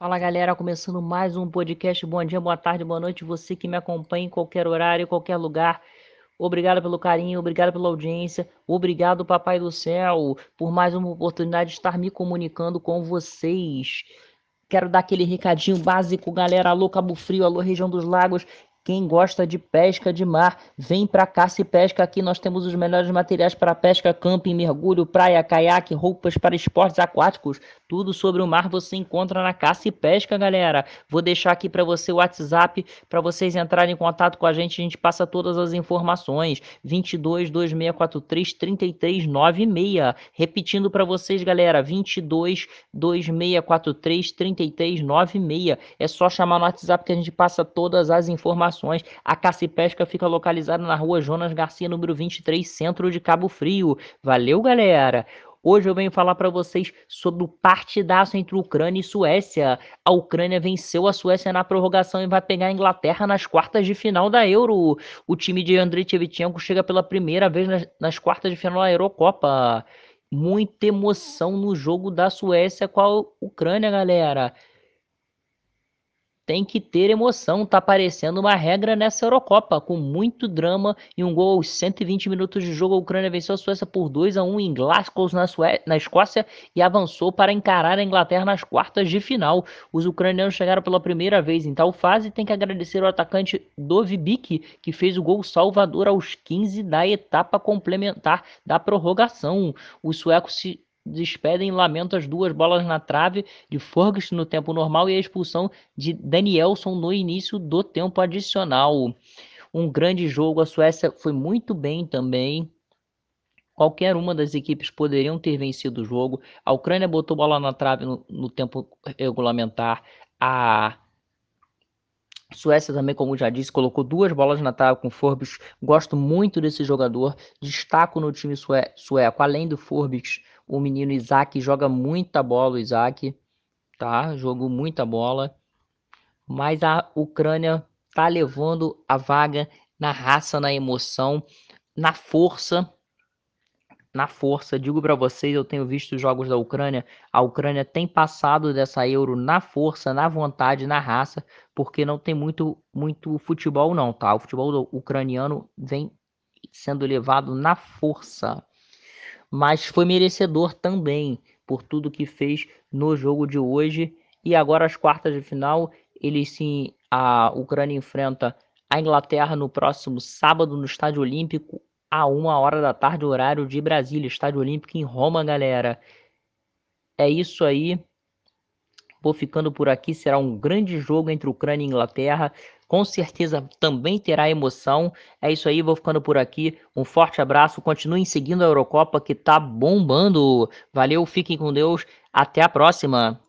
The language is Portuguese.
Fala galera, começando mais um podcast. Bom dia, boa tarde, boa noite. Você que me acompanha em qualquer horário, em qualquer lugar. Obrigado pelo carinho, obrigado pela audiência, obrigado, Papai do Céu, por mais uma oportunidade de estar me comunicando com vocês. Quero dar aquele recadinho básico, galera. Alô, Cabo Frio, alô, região dos lagos. Quem gosta de pesca de mar, vem pra Caça e Pesca. Aqui nós temos os melhores materiais para pesca, camping, mergulho, praia, caiaque, roupas para esportes aquáticos. Tudo sobre o mar você encontra na Caça e Pesca, galera. Vou deixar aqui para você o WhatsApp para vocês entrarem em contato com a gente passa todas as informações. 22 2643 3396. Repetindo para vocês, galera, 22 2643 3396. É só chamar no WhatsApp que a gente passa todas as informações. A Caça e Pesca fica localizada na rua Jonas Garcia, número 23, centro de Cabo Frio. Valeu, galera! Hoje eu venho falar para vocês sobre o partidaço entre Ucrânia e Suécia. A Ucrânia venceu a Suécia na prorrogação e vai pegar a Inglaterra nas quartas de final da Euro. O time de Andriy Shevchenko chega pela primeira vez nas quartas de final da Eurocopa. Muita emoção no jogo da Suécia com a Ucrânia, galera. Tem que ter emoção, tá parecendo uma regra nessa Eurocopa, com muito drama e um gol aos 120 minutos de jogo. A Ucrânia venceu a Suécia por 2-1 em Glasgow, na Escócia, e avançou para encarar a Inglaterra nas quartas de final. Os ucranianos chegaram pela primeira vez em tal fase e tem que agradecer ao atacante Dovbyk, que fez o gol salvador aos 15 da etapa complementar da prorrogação. Os suecos se despedem em lamento as duas bolas na trave de Ferguson no tempo normal e a expulsão de Danielson no início do tempo adicional. Um grande jogo, a Suécia foi muito bem também. Qualquer uma das equipes poderiam ter vencido o jogo. A Ucrânia botou bola na trave no tempo regulamentar. A Suécia também, como já disse, colocou duas bolas na trave com o Forbes. Gosto muito desse jogador. Destaco no time sueco, além do Forbes, o menino Isaac joga muita bola, o Isaac, tá? Jogou muita bola. Mas a Ucrânia tá levando a vaga na raça, na emoção, na força. Na força, digo para vocês, eu tenho visto os jogos da Ucrânia. A Ucrânia tem passado dessa Euro na força, na vontade, na raça, porque não tem muito futebol não, tá? O futebol ucraniano vem sendo levado na força, mas foi merecedor também por tudo que fez no jogo de hoje. E agora as quartas de final, a Ucrânia enfrenta a Inglaterra no próximo sábado no Estádio Olímpico a 1 hora da tarde, horário de Brasília, Estádio Olímpico em Roma, galera. É isso aí. Vou ficando por aqui. Será um grande jogo entre Ucrânia e Inglaterra. Com certeza também terá emoção. É isso aí, vou ficando por aqui. Um forte abraço. Continuem seguindo a Eurocopa que tá bombando. Valeu, fiquem com Deus. Até a próxima.